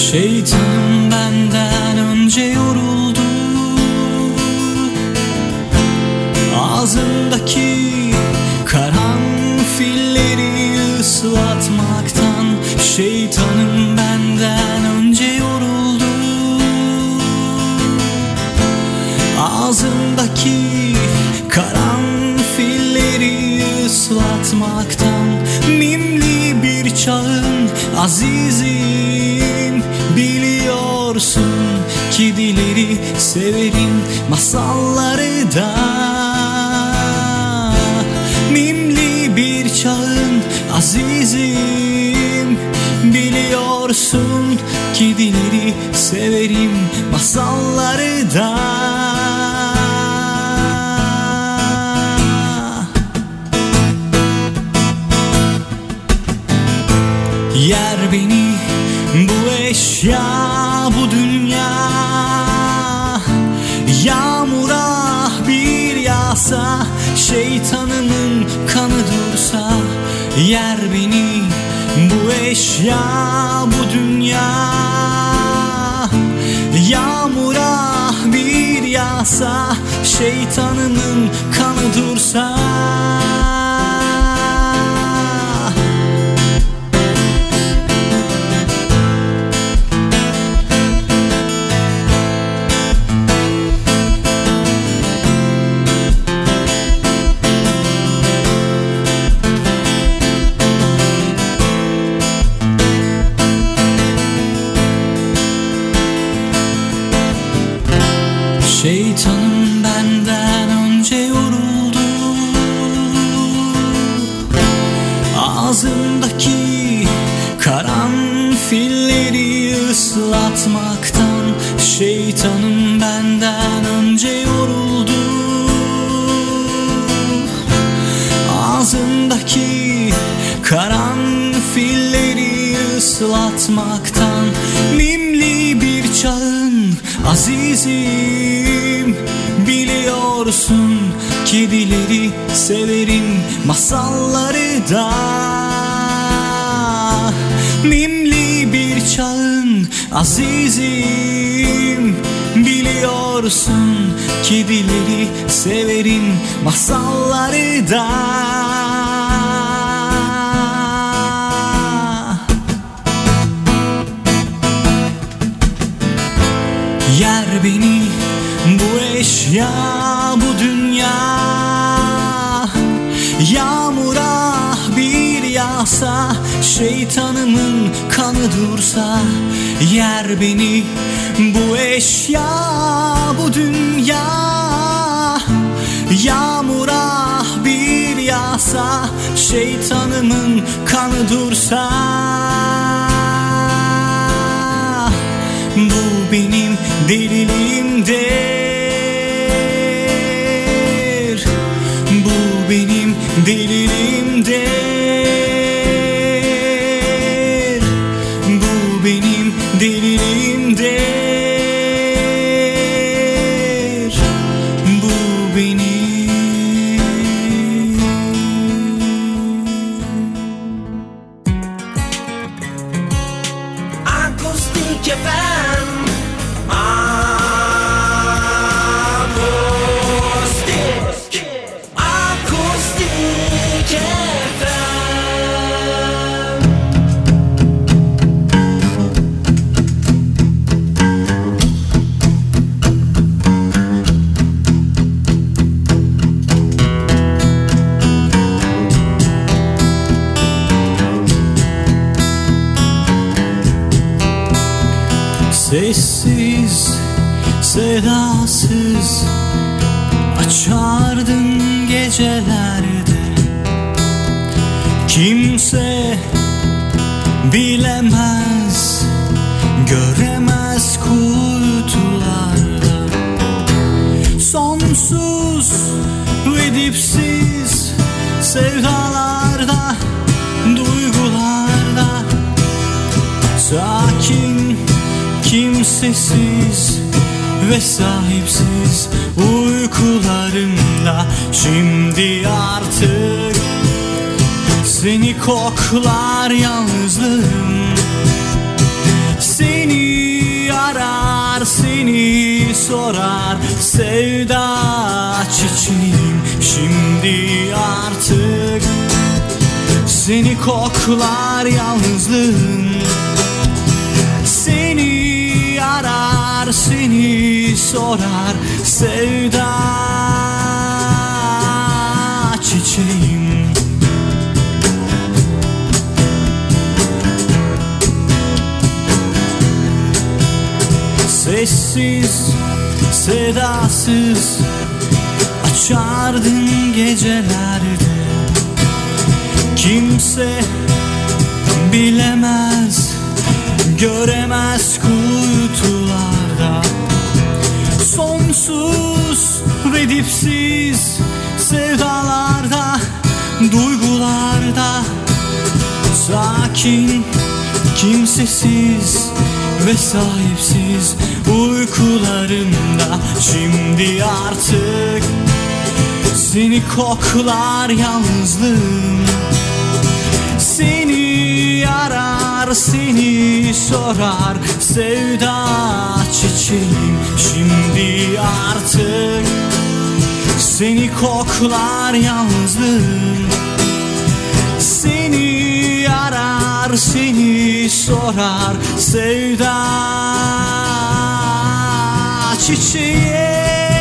Şeytanım benden önce yoruldu. Ağzındaki karanfilleri ıslatmaktan şeytanım benden önce yoruldu. Ağzındaki karanfilleri ıslatmaktan mimli bir çağın azizim, biliyorsun kedileri severim, masalları da. Mimli bir çağın azizim, biliyorsun kedileri severim, masalları da. Yer beni bu eşya, bu dünya. Yağmura bir yağsa, şeytanımın kanı dursa. Yer beni bu eşya, bu dünya. Yağmura bir yağsa, şeytanımın kanı dursa. Şeytanım benden önce yoruldu. Ağzındaki karanfilleri ıslatmaktan şeytanım benden önce yoruldu. Ağzındaki karanfilleri ıslatmaktan mimli bir çağın azizim, biliyorsun kedileri severim, masalları da. Mimli bir çağın azizim, biliyorsun kedileri severim, masalları da. Yer beni bu eşya, bu dünya. Yağmura bir yağsa, şeytanımın kanı dursa. Yer beni bu eşya, bu dünya. Yağmura bir yağsa, şeytanımın kanı dursa. Bu benim deliliğimdir. Bu benim deliliğimdir. Bu benim deliliğimdir. Bu benim. Akustik FM. Sessiz, sedasız açardın gecelerde. Kimse bilemez, göremez kuytularda. Sonsuz ve dipsiz sevdalarda, duygularda. Sakin, kimsesiz ve sahipsiz uykularımda. Şimdi artık seni koklar yalnızlığım, seni sorar sevda çiçeğim. Şimdi artık seni koklar yalnızlığın, seni arar, seni sorar sevda çiçeğim. Sessiz, sedasız açardın gecelerde. Kimse bilemez, göremez kuytularda. Sonsuz ve dipsiz sevdalarda, duygularda. Sakin, kimsesiz ve sahipsiz uykularımda. Şimdi artık seni koklar yalnızlığım, seni arar, seni sorar sevda çiçeğim. Şimdi artık seni koklar yalnızlığım, seni arar, seni sorar sevda çiçeğim.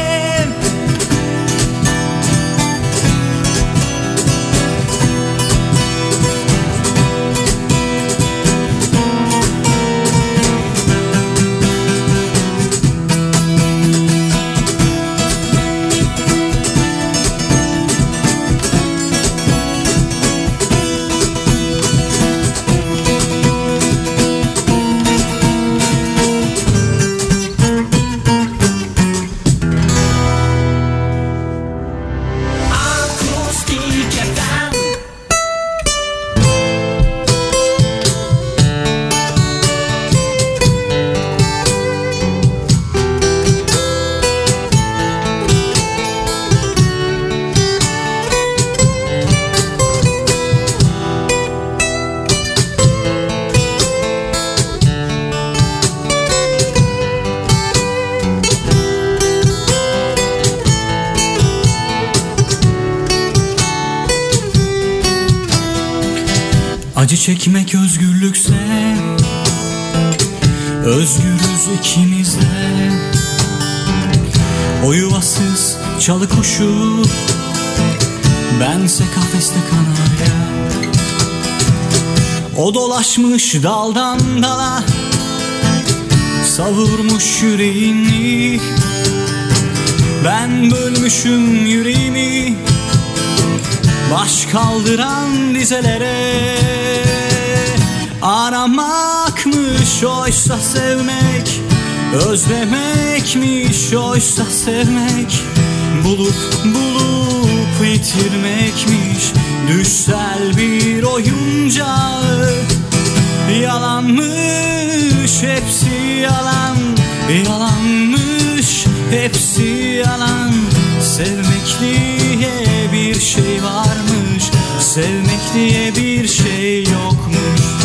Acı çekmek özgürlükse, özgürüz ikimiz de. O yuvasız çalı kuşu, bense kafeste kanarya. O dolaşmış daldan dala, savurmuş yüreğini. Ben bölmüşüm yüreğimi, baş kaldıran dizelere. Aramakmış oysa sevmek, özlemekmiş oysa sevmek. Bulup bulup yitirmekmiş düşsel bir oyuncağı. Yalanmış hepsi yalan, yalanmış hepsi yalan. Sevmek diye bir şey varmış, sevmek diye bir şey yokmuş.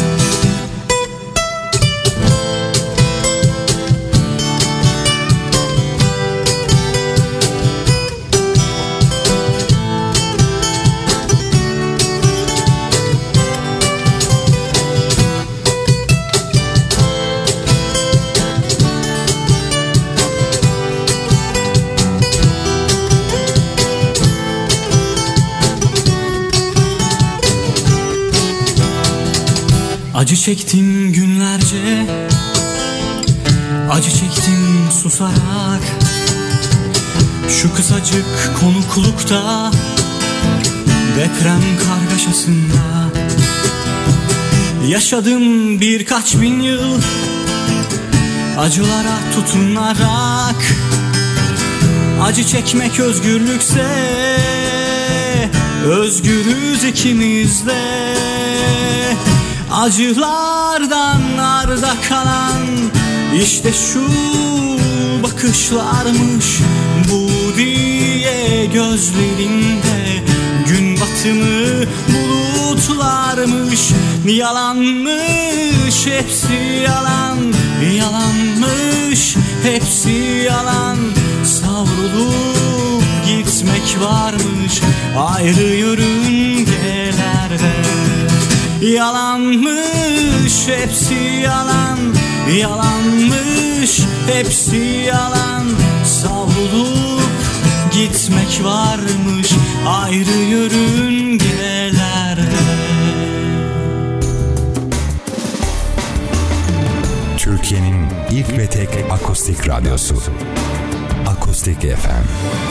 Acı çektim günlerce, acı çektim susarak. Şu kısacık konuklukta, deprem kargaşasında. Yaşadım birkaç bin yıl, acılara tutunarak. Acı çekmek özgürlükse, özgürüz ikimiz de. Acılardan arda kalan işte şu bakışlarmış. Bu diye gözlerinde gün batımı bulutlarmış. Yalanmış hepsi yalan, yalanmış, hepsi yalan. Savrulup gitmek varmış ayrı yörüngelerde. Yalanmış, hepsi yalan. Yalanmış, hepsi yalan. Savrulup gitmek varmış ayrı yörüngelerde. Türkiye'nin ilk ve tek akustik radyosu Akustik FM.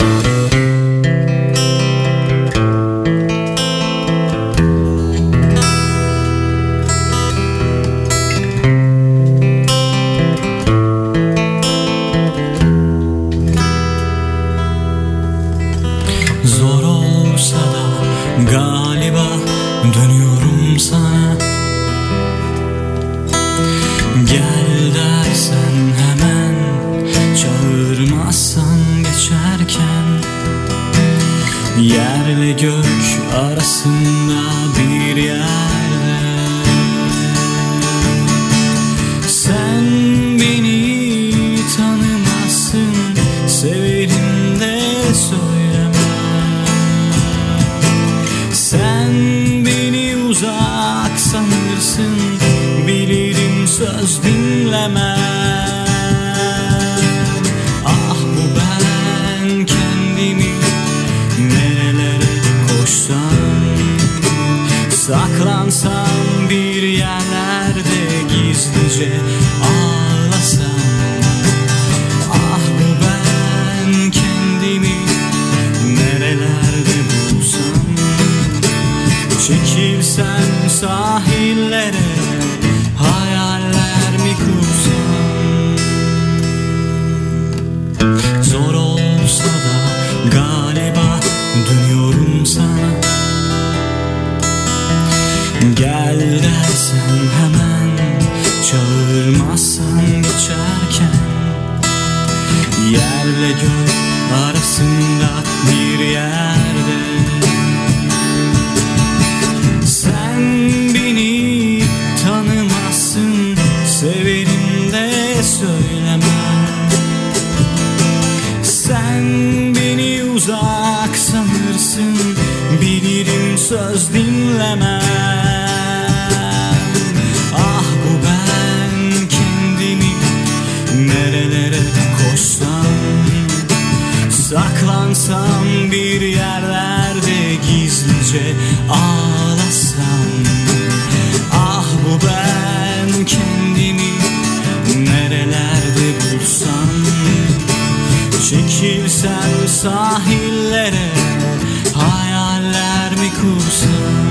Zor olsa da galiba dönüyorum sana. Gel dersen hemen, çağırmazsan geçerken. Yerle gök arasında bir yerde. Sen beni tanımazsın, severim de söyleme. Sen beni uzak sanırsın, bilirim söz dinlemem. Ah bu ben, kendimi nerelere koşsam, saklansam bir yerlerde gizlice ağlasam. Ah bu ben, kendimi nerelerde bulsam, çekilsem sahillere, hayaller mi kursam. Zor olsa da galiba dönüyorum sana. Gel dersen hemen, çağırmazsan geçerken. Yerle gök arasında bir yerde. Sen beni tanımazsın, severim de söylemem. Sen beni uzak sanırsın, bilirim söz dinlemem. Ah bu ben, kendimi nerelere koşsam, saklansam bir yerlerde gizlice ağlasam. Ah bu ben, kendimi nerelerde bulsam, çekilsem sahillere, hayaller mi kursam.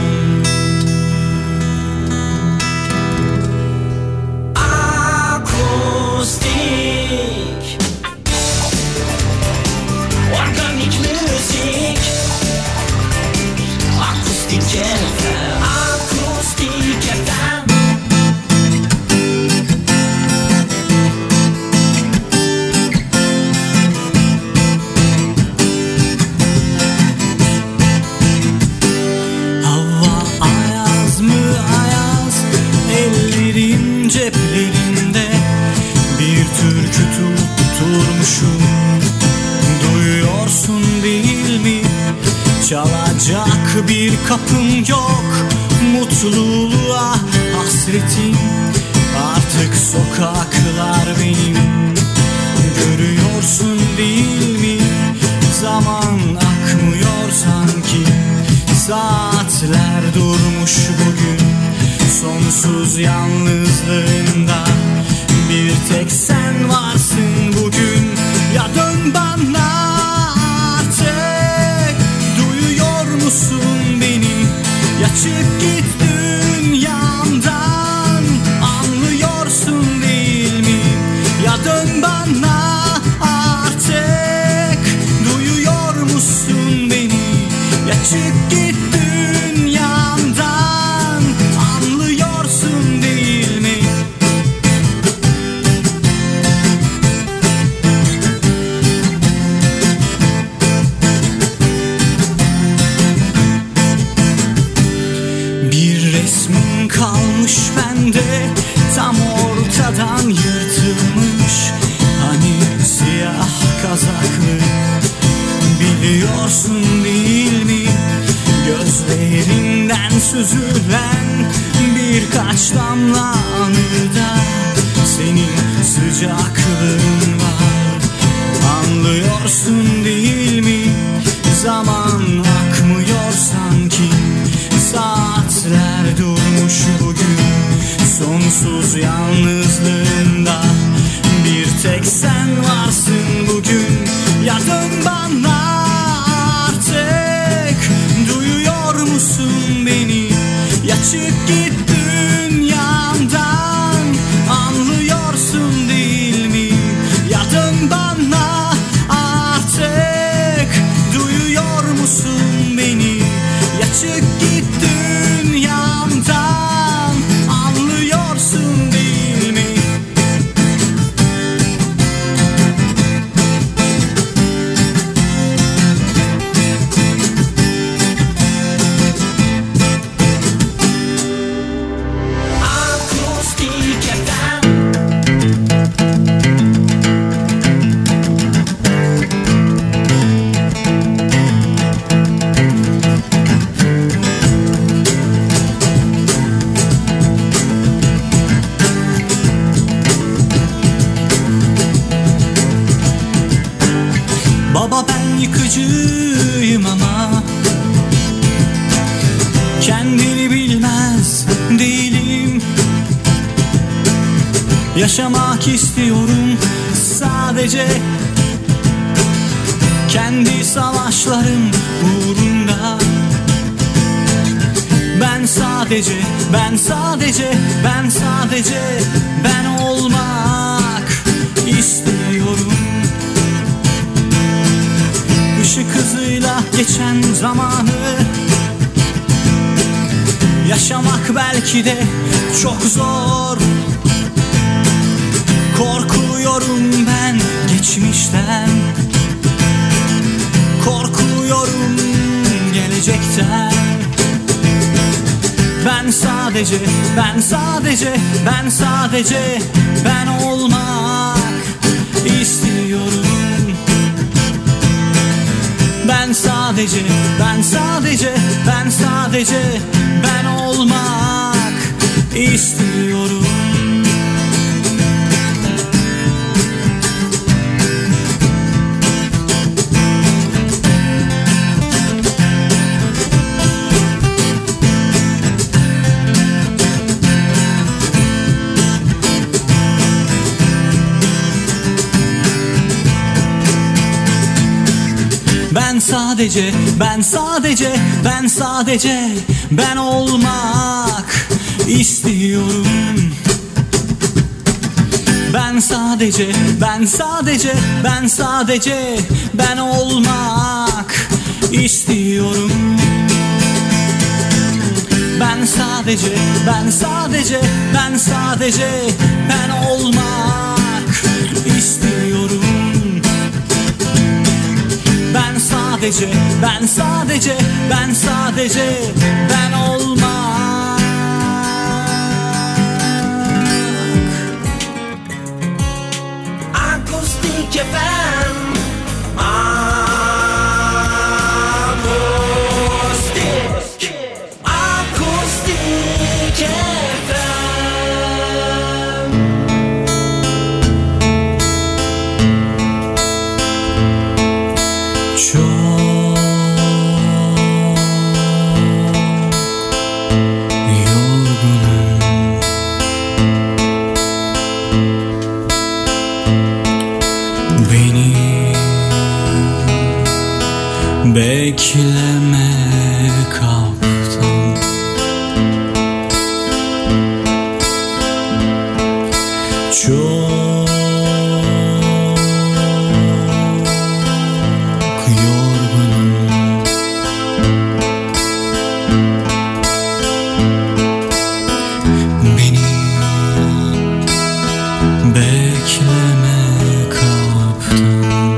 Akustik, organik müzik. Akustik FM, Akustik FM. Hava ayaz mı ayaz, ellerim ceplerinde. Bir türkü tutturmuşum, duyuyorsun değil mi? Çalacak bir kapım yok, mutluluğa hasretim. Artık sokaklar benim, görüyorsun değil mi? Zaman akmıyor sanki, saatler durmuş bugün. Sonsuz yalnızlığında bir tek sen varsın bugün. Ya dön bana artık, duyuyor musun beni? Ya çık git dünyamdan, anlıyorsun değil mi? Ya dön bana artık, duyuyor musun beni? Ya çık git dünyamdan, anlıyorsun değil mi? Bir resmin kalmış bende, tam ortadan yırtılmış. Anlıyorsun değil mi? Gözlerinden süzülen birkaç damla anıda senin sıcaklığın var. Anlıyorsun değil mi? Zaman akmıyor sanki, saatler durmuş bugün. Sonsuz yalnızlığında bir tek sen varsın bugün. Ya dön bana artık, duyuyor musun beni? Ya çık git dünyamdan, anlıyorsun değil mi? Ya dön bana artık, duyuyor musun beni? Ya çık git dünyamdan, anlıyorsun değil mi? Akustik FM. Baba ben yıkıcıyım ama kendini bilmez değilim. Yaşamak istiyorum sadece, kendi savaşlarım uğrunda. Ben sadece ben olmak istiyorum. Işık hızıyla geçen zamanı yaşamak belki de çok zor. Korkuyorum ben geçmişten, korkuyorum gelecekten. Ben sadece ben olmak istiyorum. Ben sadece ben olmak istiyorum. Ben sadece ben olmak istiyorum. Ben sadece ben olmak istiyorum. Ben sadece ben olmak istiyorum. Ben sadece ben olmak. Akustik FM. Akustik FM. Bekleme kaptan, çok yorgunum. Beni bekleme kaptan.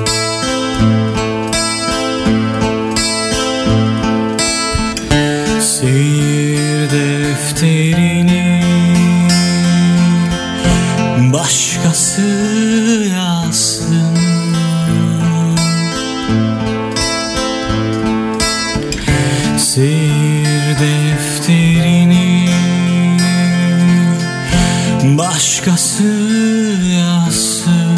Seyir defterini başkası yazsın.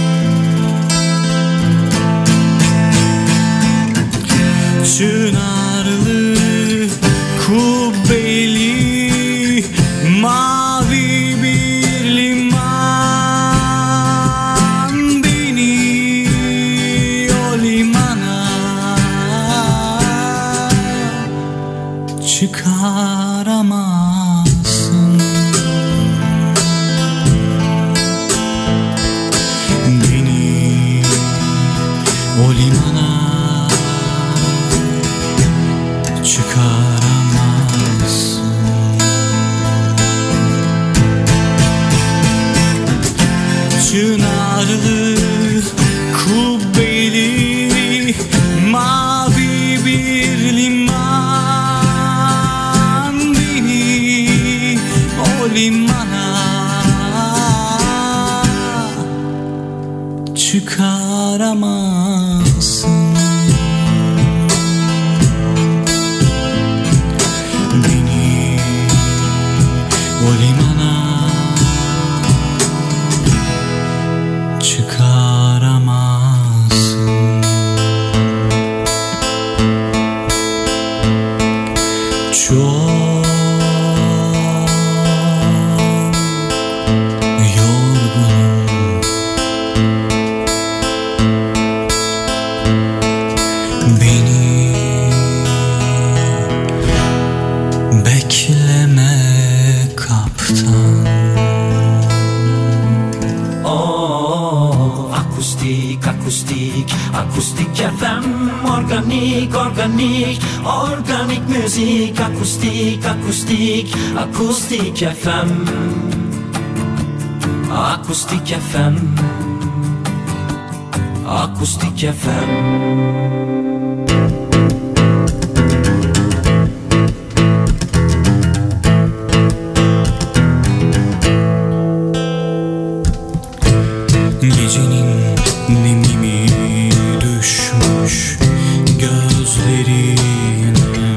Çınarlı, kubbeli, mavi bir liman, beni o limana çıkaramazsın. Beni o limana çıkaramazsın. Çınarlı, kubbeli, mavi bir liman, beni o limana çıkaramazsın. Beni o limana çıkaramazsın. Çok yorgunum. Beni bekleme kaptan. Akustik, akustik, akustik FM. Organik, organik, organik müzik. Akustik, akustik, akustik FM. Akustik FM. Akustik FM. Gecenin nemimi düşmüş gözlerine,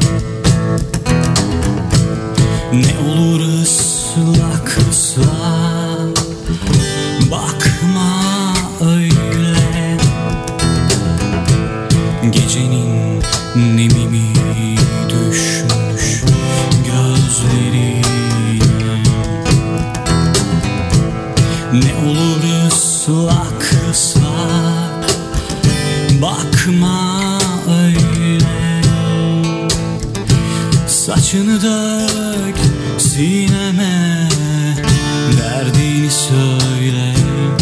ne olur ıslak ıslak bakma öyle. Gecenin nemimi düşmüş gözlerine, ne olur ıslak ıslak bakma öyle. Saçını dök sineme, derdini söyle.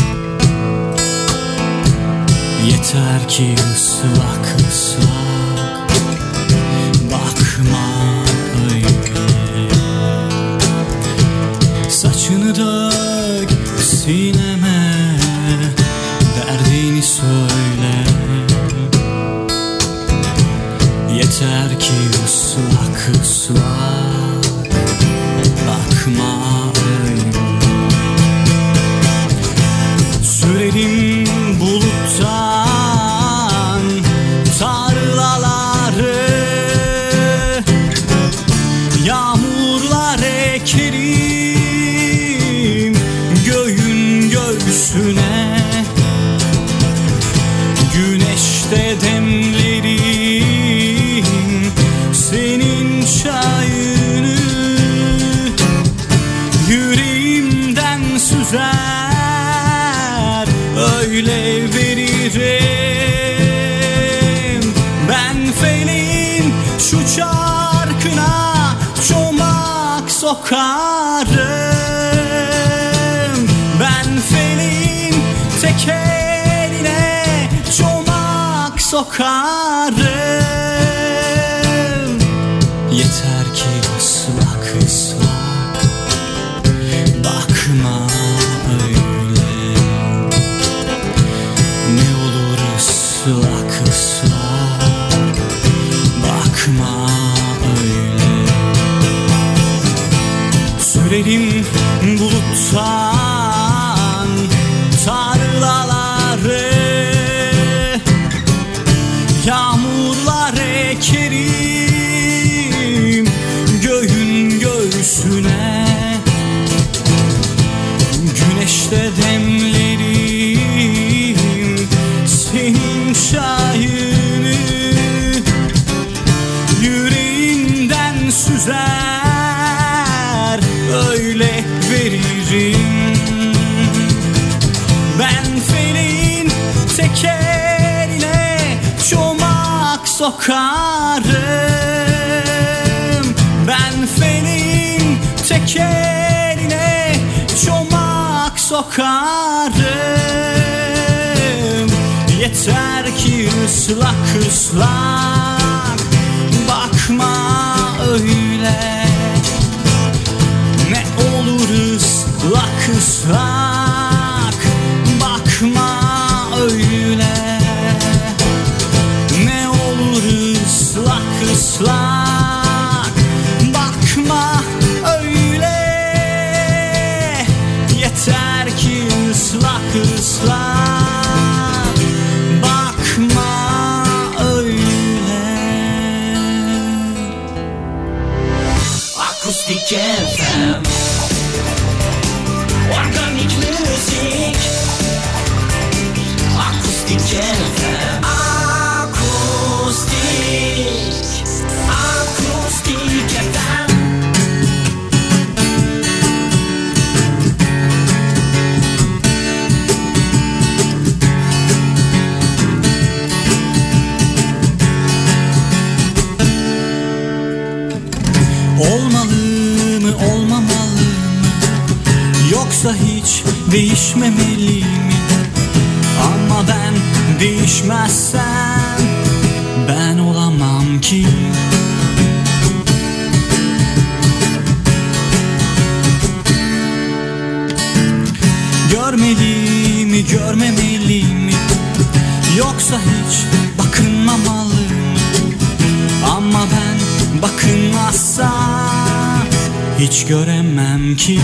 Yeter ki ıslak ıslak bakma öyle. Saçını dök sineme, derdini söyle. Yeter ki ıslak ıslak bakma öyle. Sürerim buluttan tarlaları, yağmurlar ekerim göğün göğsüne. Güneşte demlerim senin çayını, yüreğimden süzer öyle veririm. Ben feleğin şu çarkına çomak sokarım. Ben feleğin tekerine çomak sokarım. Yeter ki ıslak ıslak bakma öyle. Ne olur ıslak ıslak bakma öyle. Sürerim buluttan tarlaları, yağmurlar ekerim üstüne güneşte demlerim senin çayını, yüreğinden süzer öyle veririm. Ben feleğin tekerine çomak sokarım. Ben feleğin tekerine çomak sokarım. Yeter ki ıslak ıslak bakma öyle. Ne olur ıslak ıslak bakma öyle. Ne olur ıslak ıslak bakma öyle. Yeter ki ıslak ıslak bakma öyle. Akustik FM, organik müzik. Akustik FM, akustik FM. Olmalı mı olmamalı mı, yoksa hiç değişmemeli mi? Ama ben değişmezsem ben olamam ki. Görmeli mi görmemeli mi, yoksa hiç bakınmamalı mı? Ama ben bakınmazsam hiç göremem ki.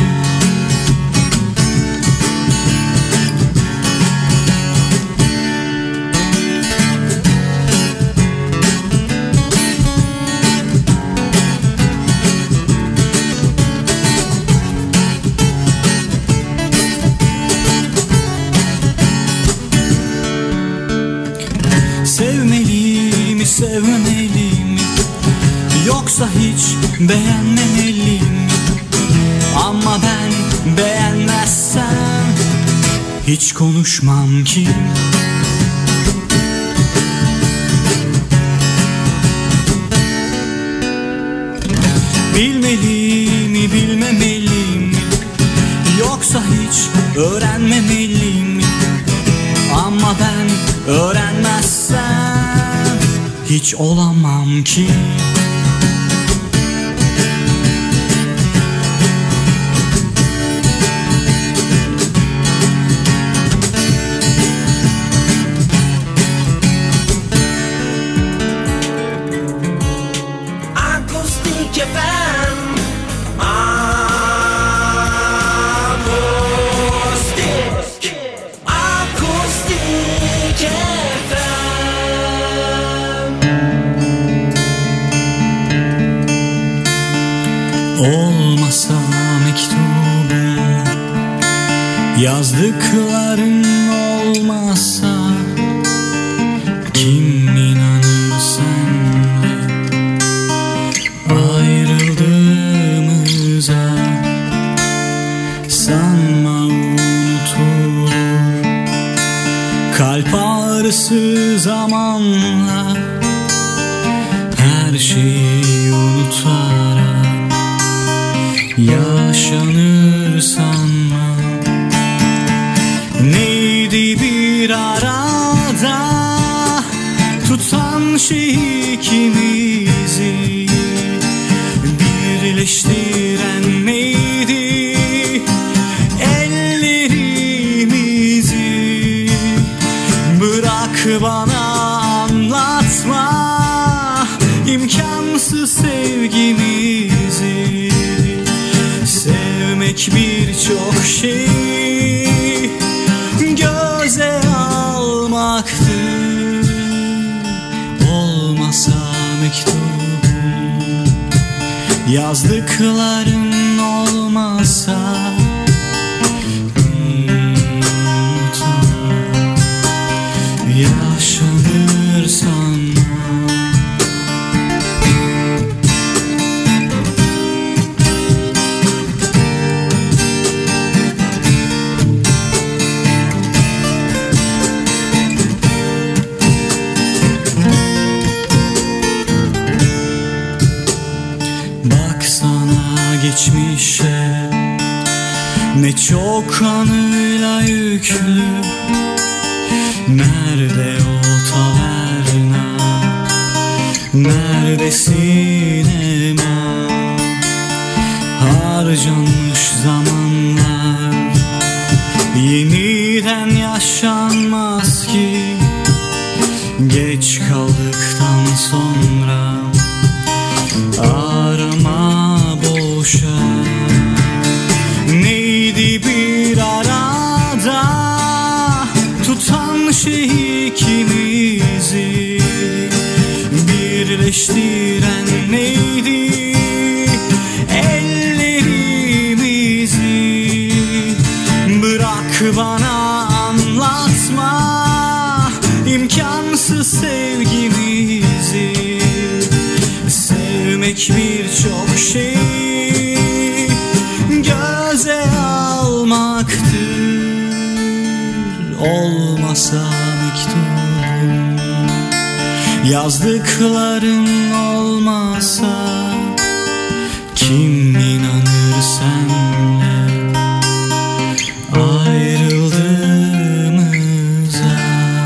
Sevmeli mi sevmemeli mi, yoksa hiç beğenmemeli mi? Ama ben beğenmezsem hiç konuşmam ki. Bilmeli mi bilmemeli mi, yoksa hiç öğrenmemeli mi? Ama ben öğrenmezsem hiç olamam ki. Akustik FM, akustik FM. Olmasa mektubun, yazdıkların olmasa, kim inanır senle ayrıldığımıza? Sanma unutulur kalp ağrısı zamanla, her şeyi unutarak yaşanır sanma. Neydi bir arada tutan şey ikimizi, birleştiren neydi ellerimizi? Bırak bana anlatma imkansız sevgimizi. Sevmek birçok şey göze almaktır. Olmasa mektubun, yazdıkların olmasa yaşanır sanma. Baksana geçmişe, ne çok anıyla yüklü. Nerede o taverna, nerede sinema? Harcanmış zamanlar yeniden yaşanmaz ki. Geç kaldıktan sonra arama boşa. Neydi bir arada tutan şey ikimizi, birleştiren neydi ellerimizi? Bırak bana anlatma imkansız sevgimizi. Sevmek birçok şey göze almaktır. Olmasa mektubun, yazdıkların olmasa kim inanır senle ayrıldığımıza?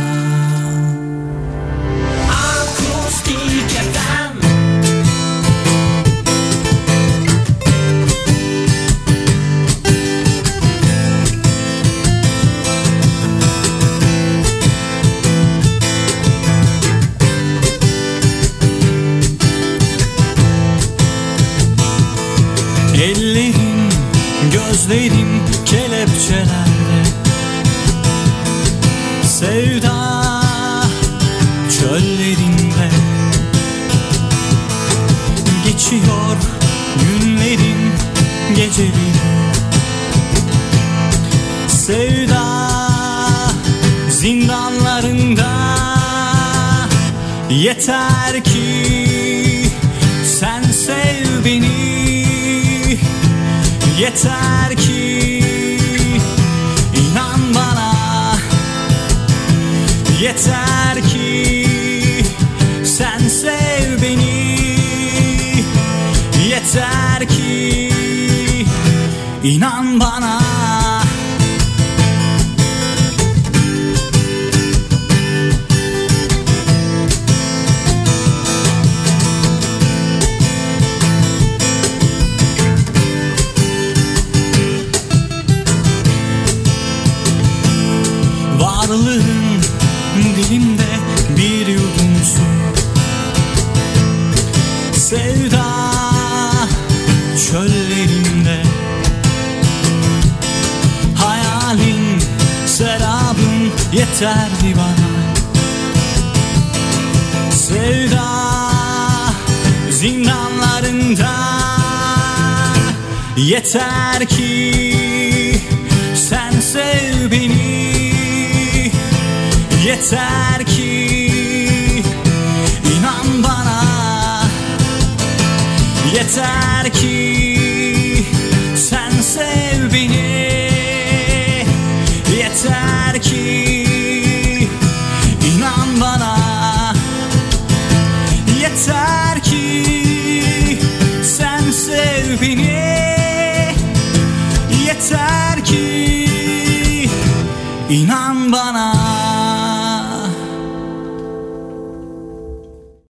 Akustik FM. Ellerin, gözlerin kelepçelerde, sevda çöllerinde. Geçiyor günlerin, gecelerin, sevda zindanlarında. Yeter ki sen sev beni, yeter ki inan bana, yeter ki sen sev beni, yeter ki inan bana. Varlığın dilimde bir yudumsun, sevda çöllerinde. Hayalin, serabın yeterdi bana, sevda zindanlarında. Yeter ki sen sev beni, yeter ki inan bana, yeter ki sen sev beni, yeter ki inan bana, yeter ki sen sev beni, yeter ki inan.